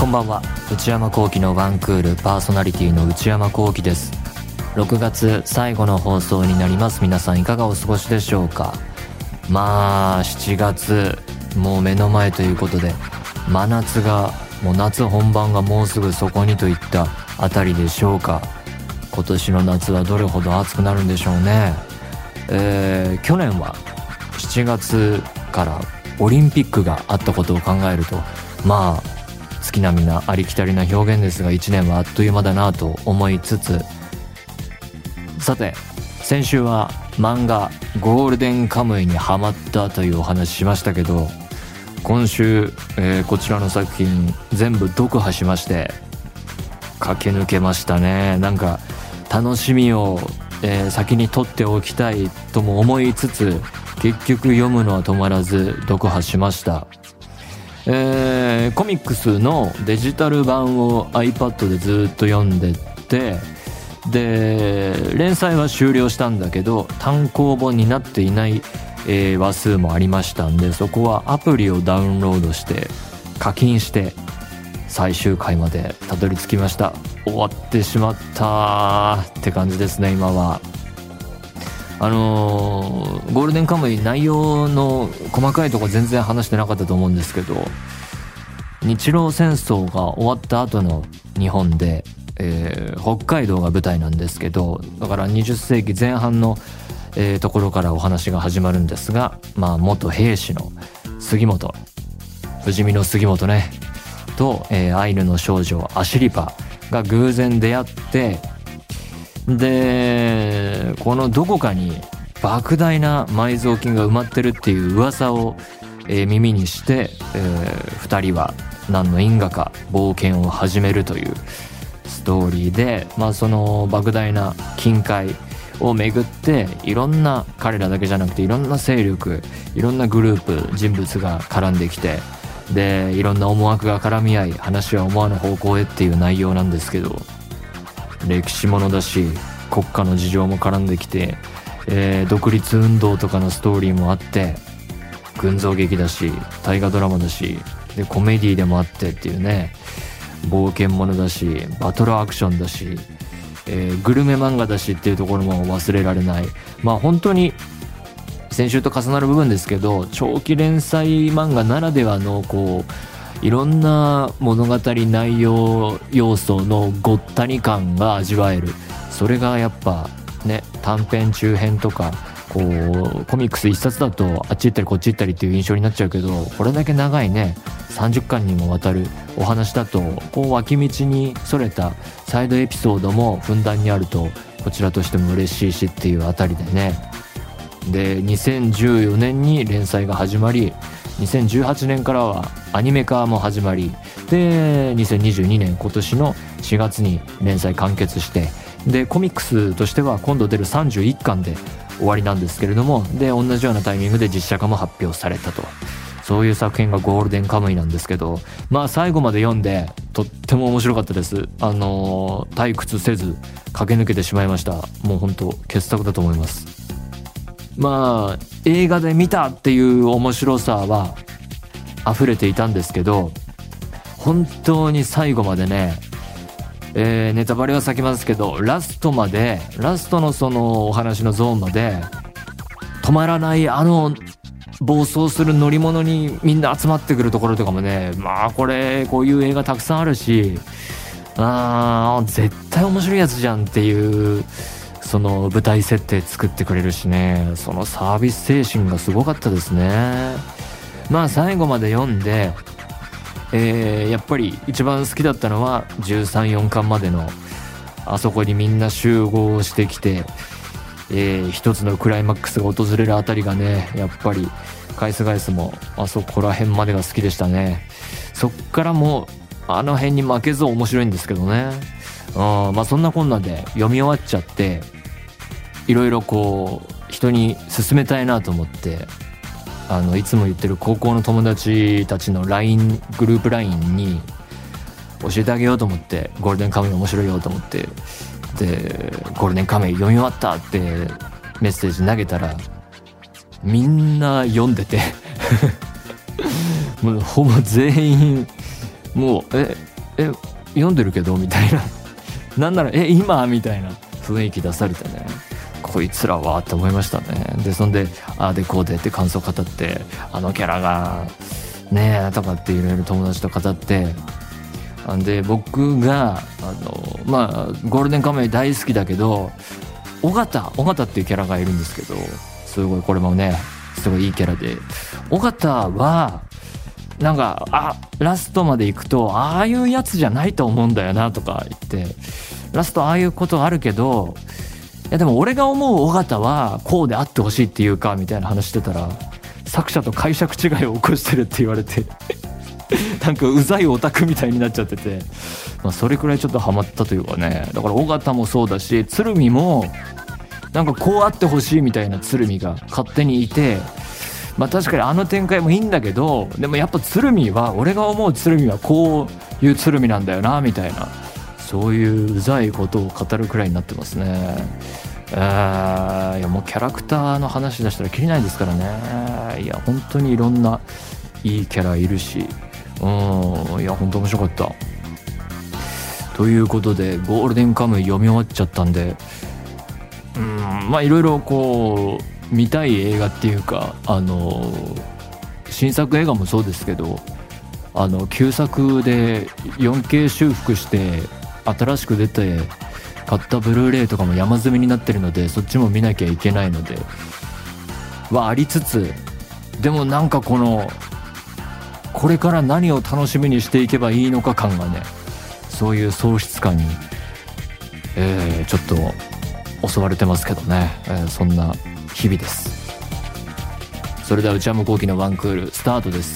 こんばんは。内山聖輝のワンクールパーソナリティの内山聖輝です。6月最後の放送になります。皆さんいかがお過ごしでしょうか。7月もう目の前ということで、真夏がもう夏本番がもうすぐそこにといったあたりでしょうか。今年の夏はどれほど暑くなるんでしょうね。去年は7月からオリンピックがあったことを考えると、好きなみなありきたりな表現ですが、1年はあっという間だなと思いつつ、さて先週は漫画ゴールデンカムイにハマったというお話しましたけど、今週、こちらの作品全部読破しまして駆け抜けましたね。なんか楽しみを、先に取っておきたいとも思いつつ、結局読むのは止まらず読破しました。コミックスのデジタル版を iPad でずっと読んでて、で連載は終了したんだけど単行本になっていない、話数もありましたんで、そこはアプリをダウンロードして課金して最終回までたどり着きました。終わってしまったって感じですね。今はゴールデンカムイ内容の細かいところ全然話してなかったと思うんですけど、日露戦争が終わった後の日本で、北海道が舞台なんですけど、だから20世紀前半の、ところからお話が始まるんですが、元兵士の杉本、不死身の杉本ねと、アイヌの少女アシリパが偶然出会って、でこのどこかに莫大な埋蔵金が埋まってるっていう噂を、耳にして、2人は何の因果か冒険を始めるというストーリーで、その莫大な金塊をめぐっていろんな、彼らだけじゃなくていろんな勢力、いろんなグループ人物が絡んできて、でいろんな思惑が絡み合い、話は思わぬ方向へっていう内容なんですけど、歴史ものだし国家の事情も絡んできて、独立運動とかのストーリーもあって、群像劇だし大河ドラマだし、でコメディでもあってっていうね、冒険ものだしバトルアクションだし、グルメ漫画だしっていうところも忘れられない。本当に先週と重なる部分ですけど、長期連載漫画ならではのいろんな物語内容要素のごったに感が味わえる。それがやっぱね、短編中編とかコミックス一冊だとあっち行ったりこっち行ったりっていう印象になっちゃうけど、これだけ長いね30巻にもわたるお話だと、脇道にそれたサイドエピソードもふんだんにあるとこちらとしても嬉しいしっていうあたりでね。で2014年に連載が始まり、2018年からはアニメ化も始まり、で2022年今年の4月に連載完結して、でコミックスとしては今度出る31巻で終わりなんですけれども、で同じようなタイミングで実写化も発表されたと、そういう作品がゴールデンカムイなんですけど、最後まで読んでとっても面白かったです。退屈せず駆け抜けてしまいました。もう本当傑作だと思います。映画で見たっていう面白さは溢れていたんですけど、本当に最後までね、ネタバレは避けますけど、ラストのそのお話のゾーンまで止まらない、暴走する乗り物にみんな集まってくるところとかもね、こういう映画たくさんあるし、絶対面白いやつじゃんっていうその舞台設定作ってくれるしね、そのサービス精神がすごかったですね。最後まで読んで、やっぱり一番好きだったのは13、4巻までのあそこにみんな集合してきて、一つのクライマックスが訪れるあたりがね、やっぱり返すもあそこら辺までが好きでしたね。そっからもあの辺に負けず面白いんですけどね。そんなこんなで読み終わっちゃって、いろいろ人に勧めたいなと思って、いつも言ってる高校の友達たちの LINE グループ LINE に教えてあげようと思って、ゴールデンカムイ面白いよと思って、でゴールデンカムイ読み終わったってメッセージ投げたら、みんな読んでてもうほぼ全員もう読んでるけどみたいななんなら今みたいな雰囲気出されてね、こいつらはって思いましたね。でそんでああでこうでって感想語って、あのキャラがねえとかっていろいろ友達と語って、で僕がゴールデンカムイ大好きだけど尾形っていうキャラがいるんですけど、すごいこれもねすごいいいキャラで、尾形はなんかラストまで行くとああいうやつじゃないと思うんだよなとか言って、ラストああいうことあるけど、いやでも俺が思う尾形はこうであってほしいっていうかみたいな話してたら、作者と解釈違いを起こしてるって言われてなんかうざいオタクみたいになっちゃってて、それくらいちょっとハマったというかね。だから尾形もそうだし、鶴見もなんかこうあってほしいみたいな鶴見が勝手にいて、確かにあの展開もいいんだけど、でもやっぱ鶴見は俺が思う鶴見はこういう鶴見なんだよなみたいな、そういううざいことを語るくらいになってますね。いやもうキャラクターの話出したらきりないですからね。いや本当にいろんないいキャラいるし、いや本当面白かった。ということでゴールデンカムイ読み終わっちゃったんで、いろいろこう見たい映画っていうか、新作映画もそうですけど、旧作で 4K 修復して新しく出て買ったブルーレイとかも山積みになってるので、そっちも見なきゃいけないのではありつつ、でもなんかこれから何を楽しみにしていけばいいのか感がね、そういう喪失感に、ちょっと襲われてますけどね、そんな日々です。それでは内山聖輝のワンクールスタートです。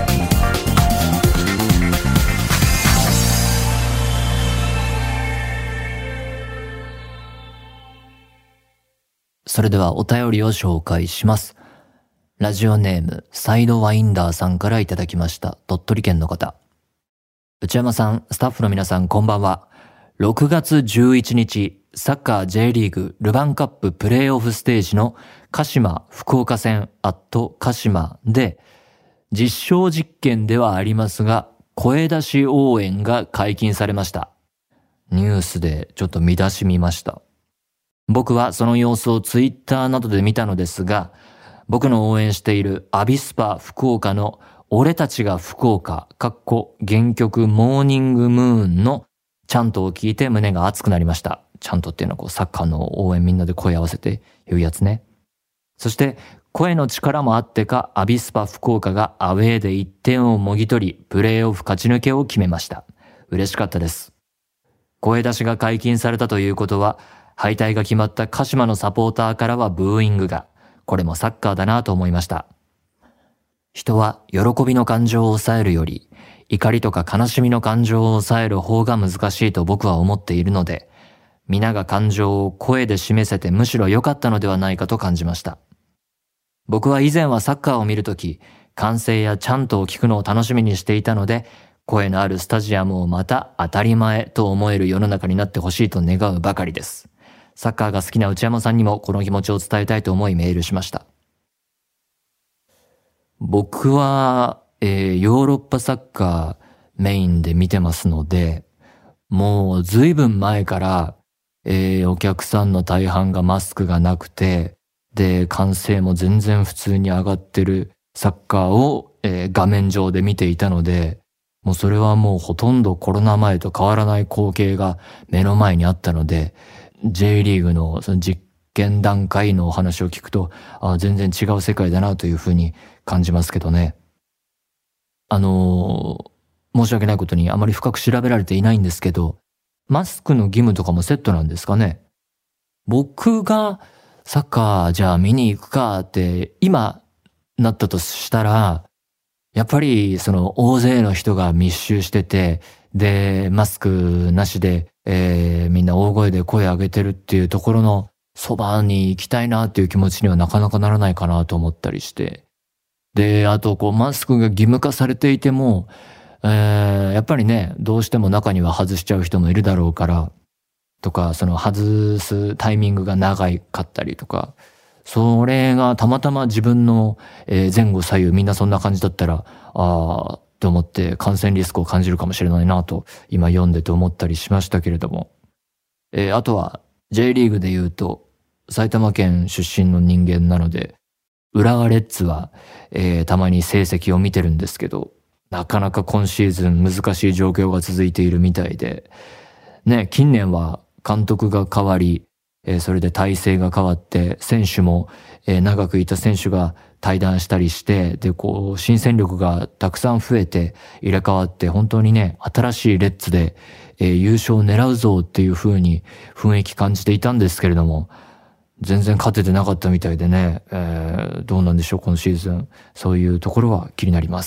それではお便りを紹介します。ラジオネームサイドワインダーさんからいただきました。鳥取県の方。内山さん、スタッフの皆さんこんばんは。6月11日、サッカー J リーグルヴァンカッププレーオフステージの鹿島福岡戦鹿島で、実証実験ではありますが、声出し応援が解禁されました。ニュースでちょっと見出し見ました。僕はその様子をツイッターなどで見たのですが、僕の応援しているアビスパ福岡の俺たちが福岡原曲モーニングムーンのチャントを聞いて胸が熱くなりました。チャントっていうのはサッカーの応援みんなで声合わせて言うやつね。そして声の力もあってかアビスパ福岡がアウェーで1点をもぎ取りプレーオフ勝ち抜けを決めました。嬉しかったです。声出しが解禁されたということは、敗退が決まった鹿島のサポーターからはブーイングが。これもサッカーだなと思いました。人は喜びの感情を抑えるより、怒りとか悲しみの感情を抑える方が難しいと僕は思っているので、皆が感情を声で示せてむしろ良かったのではないかと感じました。僕は以前はサッカーを見るとき、歓声やチャントを聞くのを楽しみにしていたので、声のあるスタジアムをまた当たり前と思える世の中になってほしいと願うばかりです。サッカーが好きな内山さんにもこの気持ちを伝えたいと思いメールしました。僕は、ヨーロッパサッカーメインで見てますので、もうずいぶん前から、お客さんの大半がマスクがなくて、で、歓声も全然普通に上がってるサッカーを、画面上で見ていたので、もうそれはもうほとんどコロナ前と変わらない光景が目の前にあったので、J リーグのその実験段階のお話を聞くと、全然違う世界だなというふうに感じますけどね。申し訳ないことにあまり深く調べられていないんですけど、マスクの義務とかもセットなんですかね。僕がサッカーじゃあ見に行くかって今なったとしたら、やっぱりその大勢の人が密集してて、で、マスクなしで、みんな大声で声上げてるっていうところのそばに行きたいなっていう気持ちにはなかなかならないかなと思ったりして。で、あとマスクが義務化されていても、やっぱりね、どうしても中には外しちゃう人もいるだろうから、とか、その外すタイミングが長かったりとか、それがたまたま自分の前後左右みんなそんな感じだったら、 と思って感染リスクを感じるかもしれないなと今読んでて思ったりしましたけれども、あとは J リーグで言うと埼玉県出身の人間なので浦和レッズは、たまに成績を見てるんですけど、なかなか今シーズン難しい状況が続いているみたいでね、近年は監督が変わり、それで体制が変わって選手も、長くいた選手が退団したりして、で新戦力がたくさん増えて入れ替わって本当にね、新しいレッズで、優勝を狙うぞっていう風に雰囲気感じていたんですけれども、全然勝ててなかったみたいでね、どうなんでしょう今シーズン。そういうところは気になります。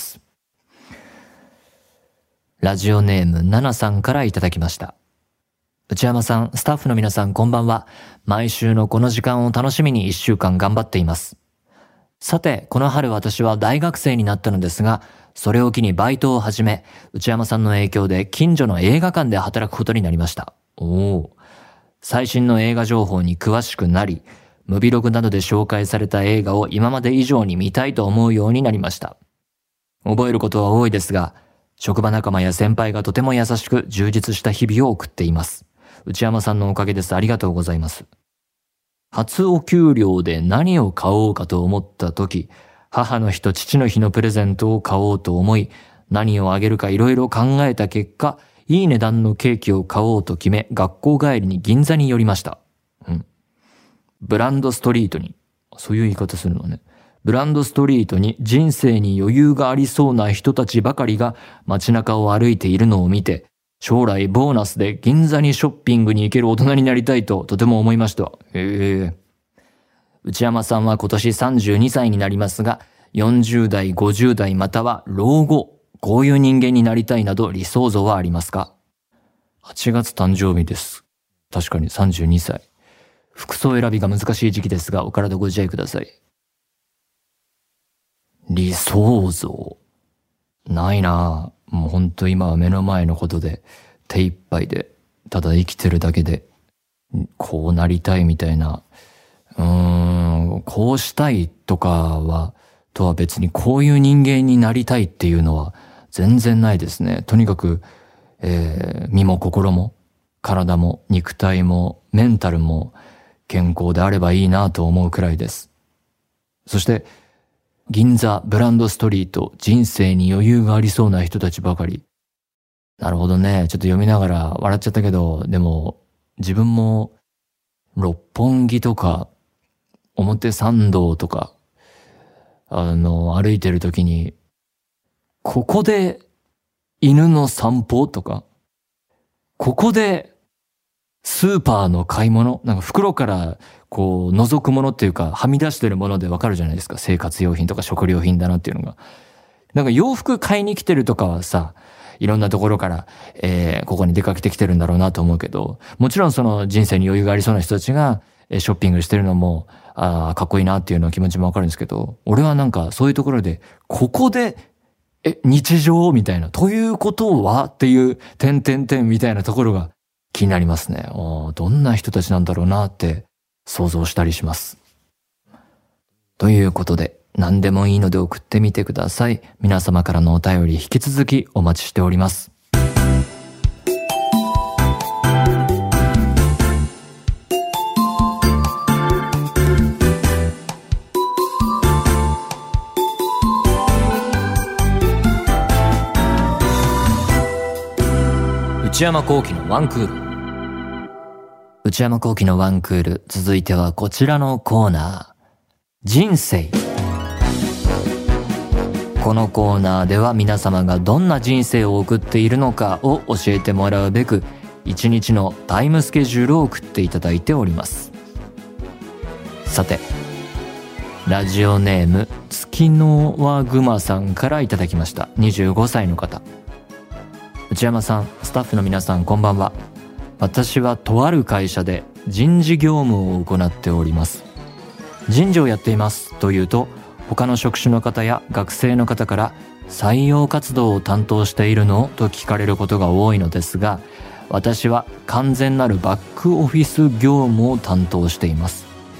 ラジオネームナナさんからいただきました。内山さん、スタッフの皆さんこんばんは。毎週のこの時間を楽しみに1週間頑張っています。さて、この春私は大学生になったのですが、それを機にバイトを始め、内山さんの影響で近所の映画館で働くことになりました。最新の映画情報に詳しくなり、ムビログなどで紹介された映画を今まで以上に見たいと思うようになりました。覚えることは多いですが、職場仲間や先輩がとても優しく充実した日々を送っています。内山さんのおかげです。ありがとうございます。初お給料で何を買おうかと思った時、母の日と父の日のプレゼントを買おうと思い、何をあげるかいろいろ考えた結果、いい値段のケーキを買おうと決め、学校帰りに銀座に寄りました。ブランドストリートに、そういう言い方するのね。ブランドストリートに人生に余裕がありそうな人たちばかりが街中を歩いているのを見て、将来ボーナスで銀座にショッピングに行ける大人になりたいととても思いました。内山さんは今年32歳になりますが、40代、50代または老後、こういう人間になりたいなど理想像はありますか？ 8 月誕生日です。確かに32歳。服装選びが難しい時期ですが、お体ご自愛ください。理想像。ないなぁ。もうほんと今は目の前のことで手一杯で、ただ生きてるだけで、こうなりたいみたいな、こうしたいとは別にこういう人間になりたいっていうのは全然ないですね。とにかく、身も心も体も肉体もメンタルも健康であればいいなと思うくらいです。そして銀座、ブランドストリート、人生に余裕がありそうな人たちばかり。なるほどね。ちょっと読みながら笑っちゃったけど、でも自分も六本木とか表参道とか歩いてる時に、ここで犬の散歩とか、ここでスーパーの買い物、なんか袋からこう覗くものっていうか、はみ出してるものでわかるじゃないですか。生活用品とか食料品だなっていうのが。なんか洋服買いに来てるとかはさ、いろんなところから、ここに出かけてきてるんだろうなと思うけど、もちろんその人生に余裕がありそうな人たちがショッピングしてるのもかっこいいなっていうの気持ちもわかるんですけど、俺はなんかそういうところで、ここで日常みたいな、ということはっていう点みたいなところが気になりますね。どんな人たちなんだろうなって想像したりします。ということで、何でもいいので送ってみてください。皆様からのお便り引き続きお待ちしております。内山聖輝のワンクール。内山聖輝のワンクール、続いてはこちらのコーナー、人生。このコーナーでは皆様がどんな人生を送っているのかを教えてもらうべく、一日のタイムスケジュールを送っていただいております。さて、ラジオネーム月の輪熊さんからいただきました。25歳の方。内山さん、スタッフの皆さん、こんばんは。私はとある会社で人事業務を行っております。人事をやっていますというと、他の職種の方や学生の方から採用活動を担当しているのと聞かれることが多いのですが、私は完全なるバックオフィス業務を担当しています。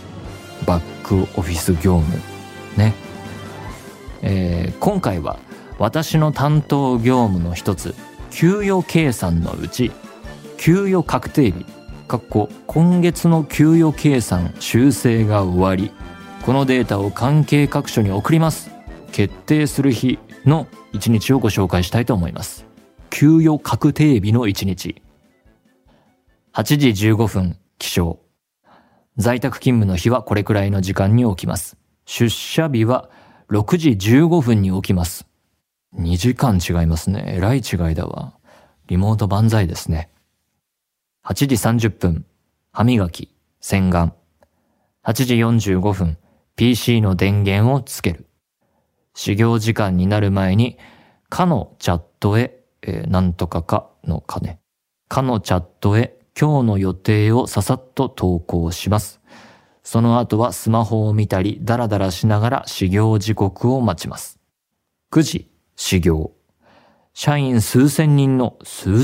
バックオフィス業務ね。今回は私の担当業務の一つ、給与計算のうち、給与確定日、今月の給与計算修正が終わり、このデータを関係各所に送ります。決定する日の1日をご紹介したいと思います。給与確定日の1日。8時15分、起床。在宅勤務の日はこれくらいの時間に起きます。出社日は6時15分に起きます。2時間違いますね。えらい違いだわ。リモート万歳ですね。8時30分、歯磨き、洗顔。8時45分、PC の電源をつける。始業時間になる前に、かのチャットへ、なんとかかのかね。かのチャットへ今日の予定をささっと投稿します。その後はスマホを見たり、ダラダラしながら始業時刻を待ちます。9時、始業。社員数千人の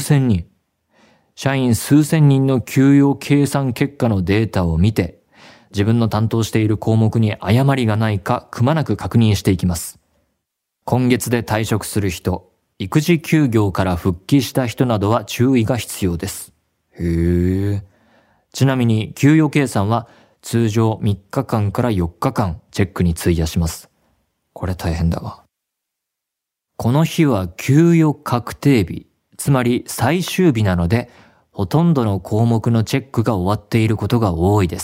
給与計算結果のデータを見て、自分の担当している項目に誤りがないかくまなく確認していきます。今月で退職する人、育児休業から復帰した人などは注意が必要です。へえ。ちなみに給与計算は通常3日間から4日間チェックに費やします。これ大変だわ。この日は給与確定日、つまり最終日なので、ほとんどの項目のチェックが終わっていることが多いです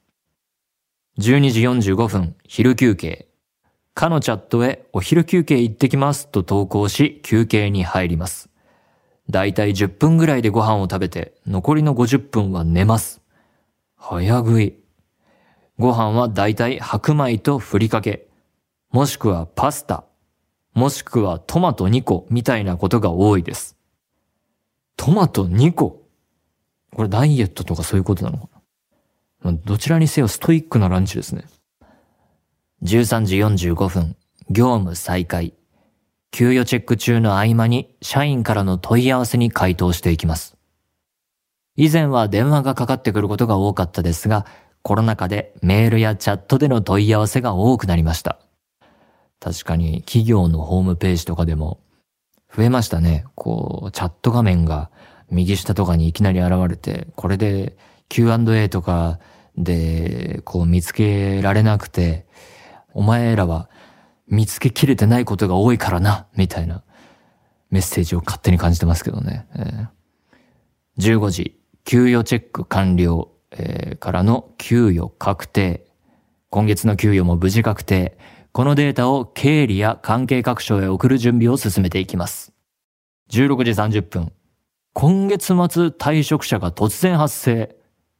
。12時45分、昼休憩。かのチャットへお昼休憩行ってきますと投稿し、休憩に入ります。だいたい10分ぐらいでご飯を食べて、残りの50分は寝ます。早食い。ご飯はだいたい白米とふりかけ、もしくはパスタ、もしくはトマト2個みたいなことが多いです。トマト2個？これダイエットとかそういうことなのかな？どちらにせよストイックなランチですね。13時45分、業務再開。給与チェック中の合間に社員からの問い合わせに回答していきます。以前は電話がかかってくることが多かったですが、コロナ禍でメールやチャットでの問い合わせが多くなりました。確かに企業のホームページとかでも増えましたね。チャット画面が右下とかにいきなり現れて、これで Q&A とかで見つけられなくて、お前らは見つけきれてないことが多いからな、みたいなメッセージを勝手に感じてますけどね。15時、給与チェック完了、からの給与確定。今月の給与も無事確定。このデータを経理や関係各所へ送る準備を進めていきます。16時30分。今月末退職者が突然発生。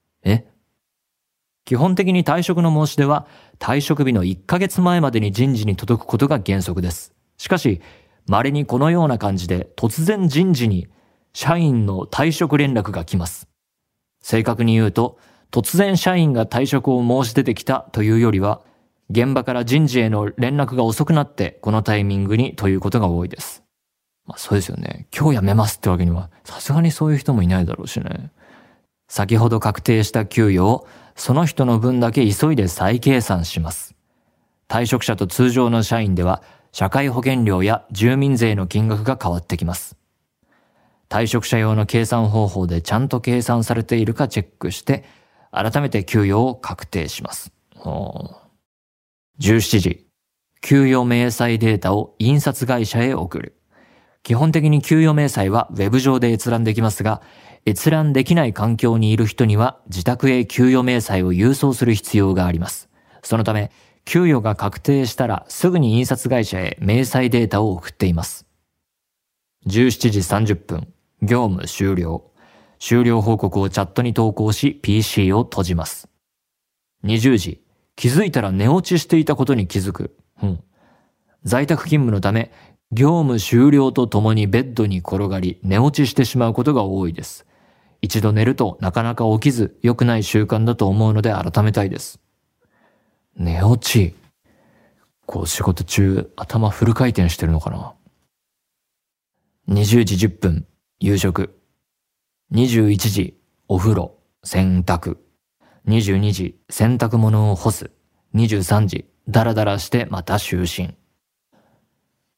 基本的に退職の申し出は退職日の1ヶ月前までに人事に届くことが原則です。しかし、稀にこのような感じで突然人事に社員の退職連絡が来ます。正確に言うと、突然社員が退職を申し出てきたというよりは、現場から人事への連絡が遅くなってこのタイミングにということが多いです。そうですよね。今日辞めますってわけにはさすがにそういう人もいないだろうしね。先ほど確定した給与をその人の分だけ急いで再計算します。退職者と通常の社員では社会保険料や住民税の金額が変わってきます。退職者用の計算方法でちゃんと計算されているかチェックして改めて給与を確定します。17時、給与明細データを印刷会社へ送る。基本的に給与明細はウェブ上で閲覧できますが、閲覧できない環境にいる人には自宅へ給与明細を郵送する必要があります。そのため、給与が確定したらすぐに印刷会社へ明細データを送っています。17時30分、業務終了。終了報告をチャットに投稿し PC を閉じます。20時、気づいたら寝落ちしていたことに気づく。在宅勤務のため、業務終了とともにベッドに転がり寝落ちしてしまうことが多いです。一度寝るとなかなか起きず良くない習慣だと思うので改めたいです。寝落ち。仕事中頭フル回転してるのかな。20時10分、夕食。21時、お風呂、洗濯。22時、洗濯物を干す。23時、ダラダラしてまた就寝。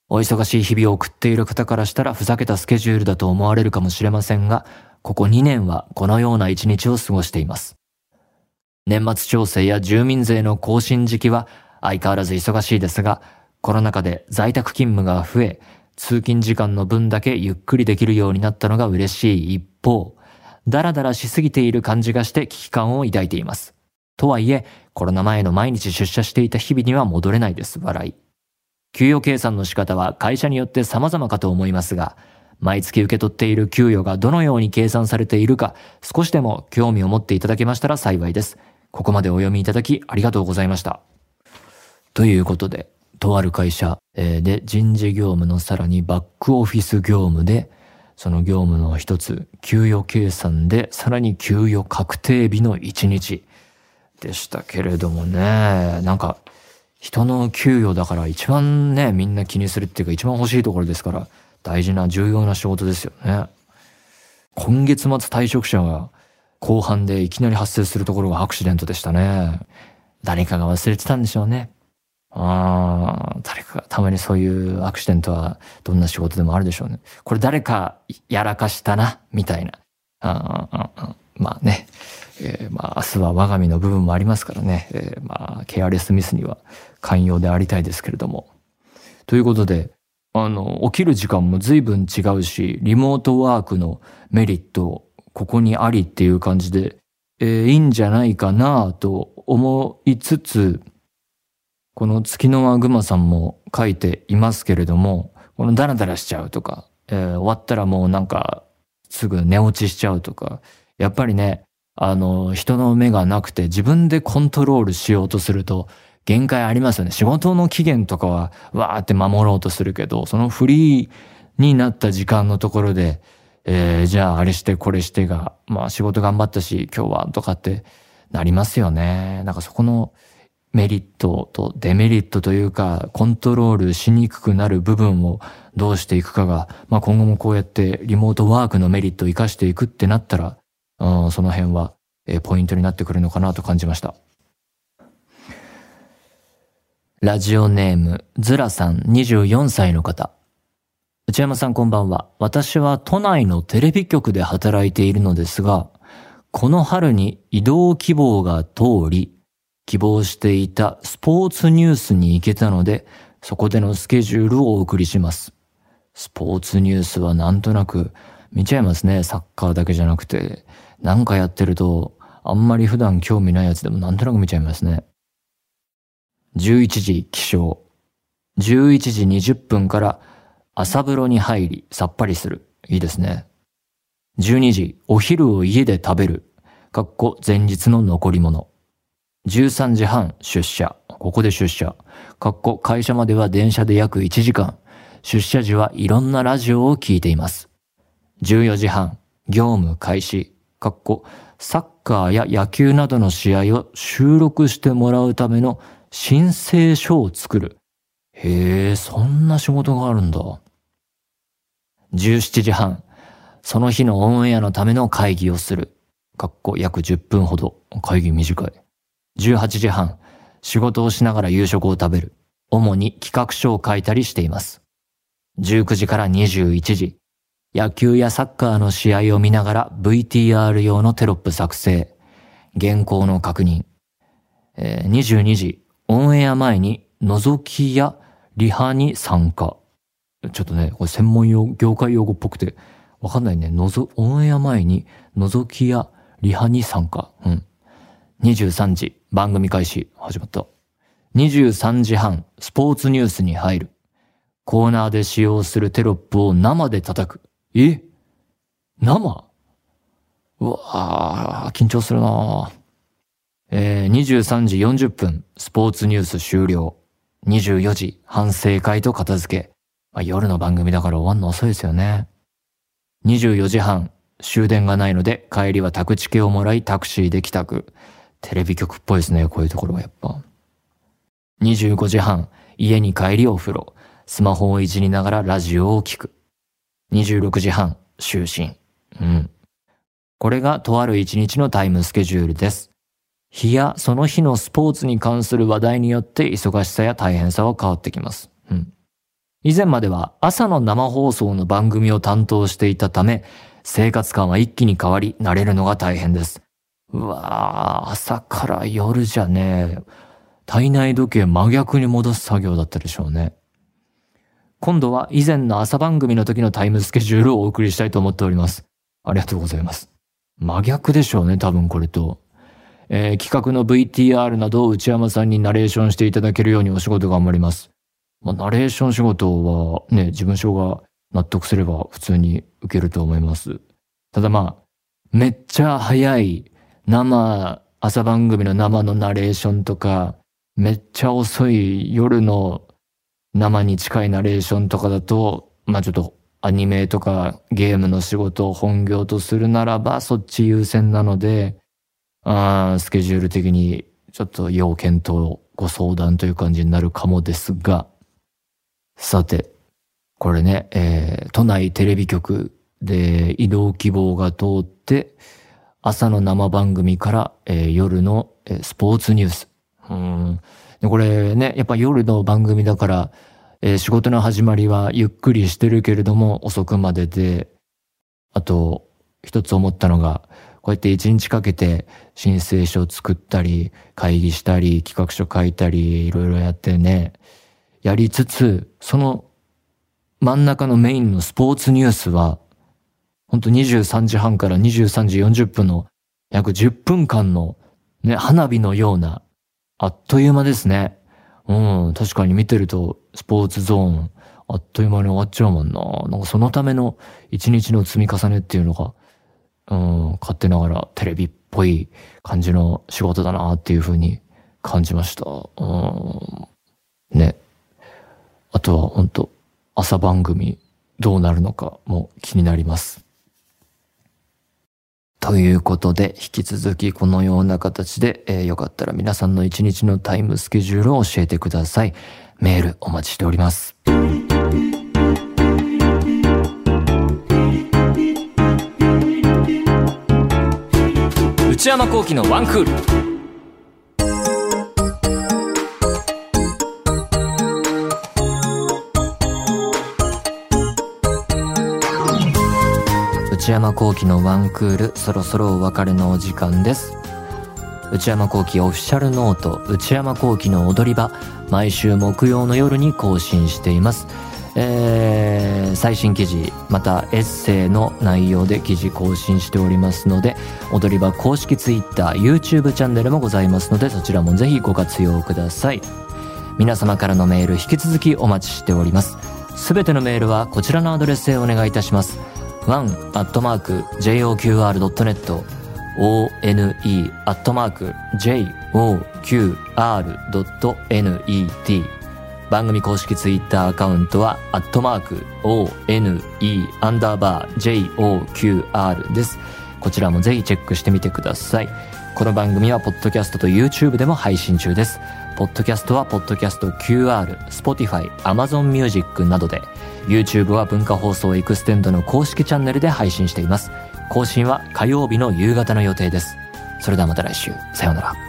お忙しい日々を送っている方からしたらふざけたスケジュールだと思われるかもしれませんが、ここ2年はこのような一日を過ごしています。年末調整や住民税の更新時期は相変わらず忙しいですが、コロナ禍で在宅勤務が増え、通勤時間の分だけゆっくりできるようになったのが嬉しい一方、ダラダラしすぎている感じがして危機感を抱いています。とはいえ、コロナ前の毎日出社していた日々には戻れないです。笑い。給与計算の仕方は会社によって様々かと思いますが、毎月受け取っている給与がどのように計算されているか、少しでも興味を持っていただけましたら幸いです。ここまでお読みいただきありがとうございました。ということで、とある会社で人事業務のさらにバックオフィス業務で、その業務の一つ、給与計算でさらに給与確定日の1日でしたけれどもね、なんか人の給与だから一番ね、みんな気にするっていうか一番欲しいところですから、大事な重要な仕事ですよね。今月末退職者が後半でいきなり発生するところがアクシデントでしたね。誰かが忘れてたんでしょうね。誰かがたまにそういうアクシデントはどんな仕事でもあるでしょうね。これ誰かやらかしたな、みたいな。まあね。まあ明日は我が身の部分もありますからね。まあケアレスミスには寛容でありたいですけれども。ということで、起きる時間も随分違うし、リモートワークのメリット、ここにありっていう感じで、いいんじゃないかなと思いつつ、この月の輪熊さんも書いていますけれども、このダラダラしちゃうとか、終わったらもうなんかすぐ寝落ちしちゃうとか、やっぱりね、人の目がなくて自分でコントロールしようとすると限界ありますよね。仕事の期限とかはわーって守ろうとするけど、そのフリーになった時間のところで、じゃああれしてこれしてが、まあ仕事頑張ったし今日はとかってなりますよね。なんかそこのメリットとデメリットというか、コントロールしにくくなる部分をどうしていくかが、まあ今後もこうやってリモートワークのメリットを生かしていくってなったら、その辺はポイントになってくるのかなと感じました。ラジオネームズラさん24歳の方。内山さんこんばんは。私は都内のテレビ局で働いているのですが、この春に異動希望が通り、希望していたスポーツニュースに行けたので、そこでのスケジュールをお送りします。スポーツニュースはなんとなく見ちゃいますね。サッカーだけじゃなくて、なんかやってると、あんまり普段興味ないやつでもなんとなく見ちゃいますね。11時起床。11時20分から朝風呂に入りさっぱりする。いいですね。12時お昼を家で食べる。前日の残り物。13時半出社。ここで出社。会社までは電車で約1時間。出社時はいろんなラジオを聞いています。14時半業務開始。サッカーや野球などの試合を収録してもらうための申請書を作る。へえ、そんな仕事があるんだ。17時半、その日のオンエアのための会議をする。約10分ほど。会議短い。18時半、仕事をしながら夕食を食べる。主に企画書を書いたりしています。19時から21時、野球やサッカーの試合を見ながら VTR 用のテロップ作成。原稿の確認。22時、オンエア前に覗きやリハに参加。ちょっとね、これ専門業界用語っぽくてわかんないね。オンエア前に覗きやリハに参加。23時、番組開始。始まった。23時半、スポーツニュースに入る。コーナーで使用するテロップを生で叩く。生？うわー、緊張するなー。23時40分、スポーツニュース終了。24時、反省会と片付け。夜の番組だから終わんの遅いですよね。24時半、終電がないので帰りは宅チケをもらいタクシーで帰宅。テレビ局っぽいですね、こういうところはやっぱ。25時半、家に帰りお風呂。スマホをいじりながらラジオを聞く。26時半、就寝。これがとある一日のタイムスケジュールです。日やその日のスポーツに関する話題によって忙しさや大変さは変わってきます。 以前までは朝の生放送の番組を担当していたため、生活感は一気に変わり、慣れるのが大変です。うわー、朝から夜じゃね、体内時計真逆に戻す作業だったでしょうね。今度は以前の朝番組の時のタイムスケジュールをお送りしたいと思っております。ありがとうございます。真逆でしょうね、多分これと。企画の VTR などを内山さんにナレーションしていただけるようにお仕事頑張ります。ナレーション仕事はね、事務所が納得すれば普通に受けると思います。ただめっちゃ早い朝番組の生のナレーションとか、めっちゃ遅い夜の生に近いナレーションとかだと、ちょっとアニメとかゲームの仕事を本業とするならばそっち優先なので、スケジュール的にちょっと要検討ご相談という感じになるかもですが、さて、これね、都内テレビ局で移動希望が通って、朝の生番組から、夜の、スポーツニュース。でこれね、やっぱ夜の番組だから、仕事の始まりはゆっくりしてるけれども遅くまでで、あと一つ思ったのが、こうやって一日かけて申請書を作ったり、会議したり、企画書書いたり、いろいろやってね、やりつつ、その真ん中のメインのスポーツニュースは、ほんと23時半から23時40分の約10分間のね、花火のような、あっという間ですね。確かに見てるとスポーツゾーン、あっという間に終わっちゃうもんな。なんかそのための一日の積み重ねっていうのが、勝手ながらテレビっぽい感じの仕事だなっていう風に感じました。ね。あとは本当朝番組どうなるのかも気になります。ということで、引き続きこのような形で、よかったら皆さんの一日のタイムスケジュールを教えてください。メールお待ちしております。内山聖輝のワンクール。内山聖輝のワンクール、そろそろお別れのお時間です。内山聖輝オフィシャルノート、内山聖輝の踊り場、毎週木曜の夜に更新しています。最新記事、またエッセイの内容で記事更新しておりますので、踊り場公式 Twitter、YouTube チャンネルもございますので、そちらもぜひご活用ください。皆様からのメール引き続きお待ちしております。すべてのメールはこちらのアドレスへお願いいたします。one@joqr.net one@joqr.net 番組公式ツイッターアカウントは@one_joqr です。こちらもぜひチェックしてみてください。この番組はポッドキャストと YouTube でも配信中です。ポッドキャストはポッドキャスト QR、Spotify、Amazon Music などで、YouTube は文化放送エクステンドの公式チャンネルで配信しています。更新は火曜日の夕方の予定です。それではまた来週。さようなら。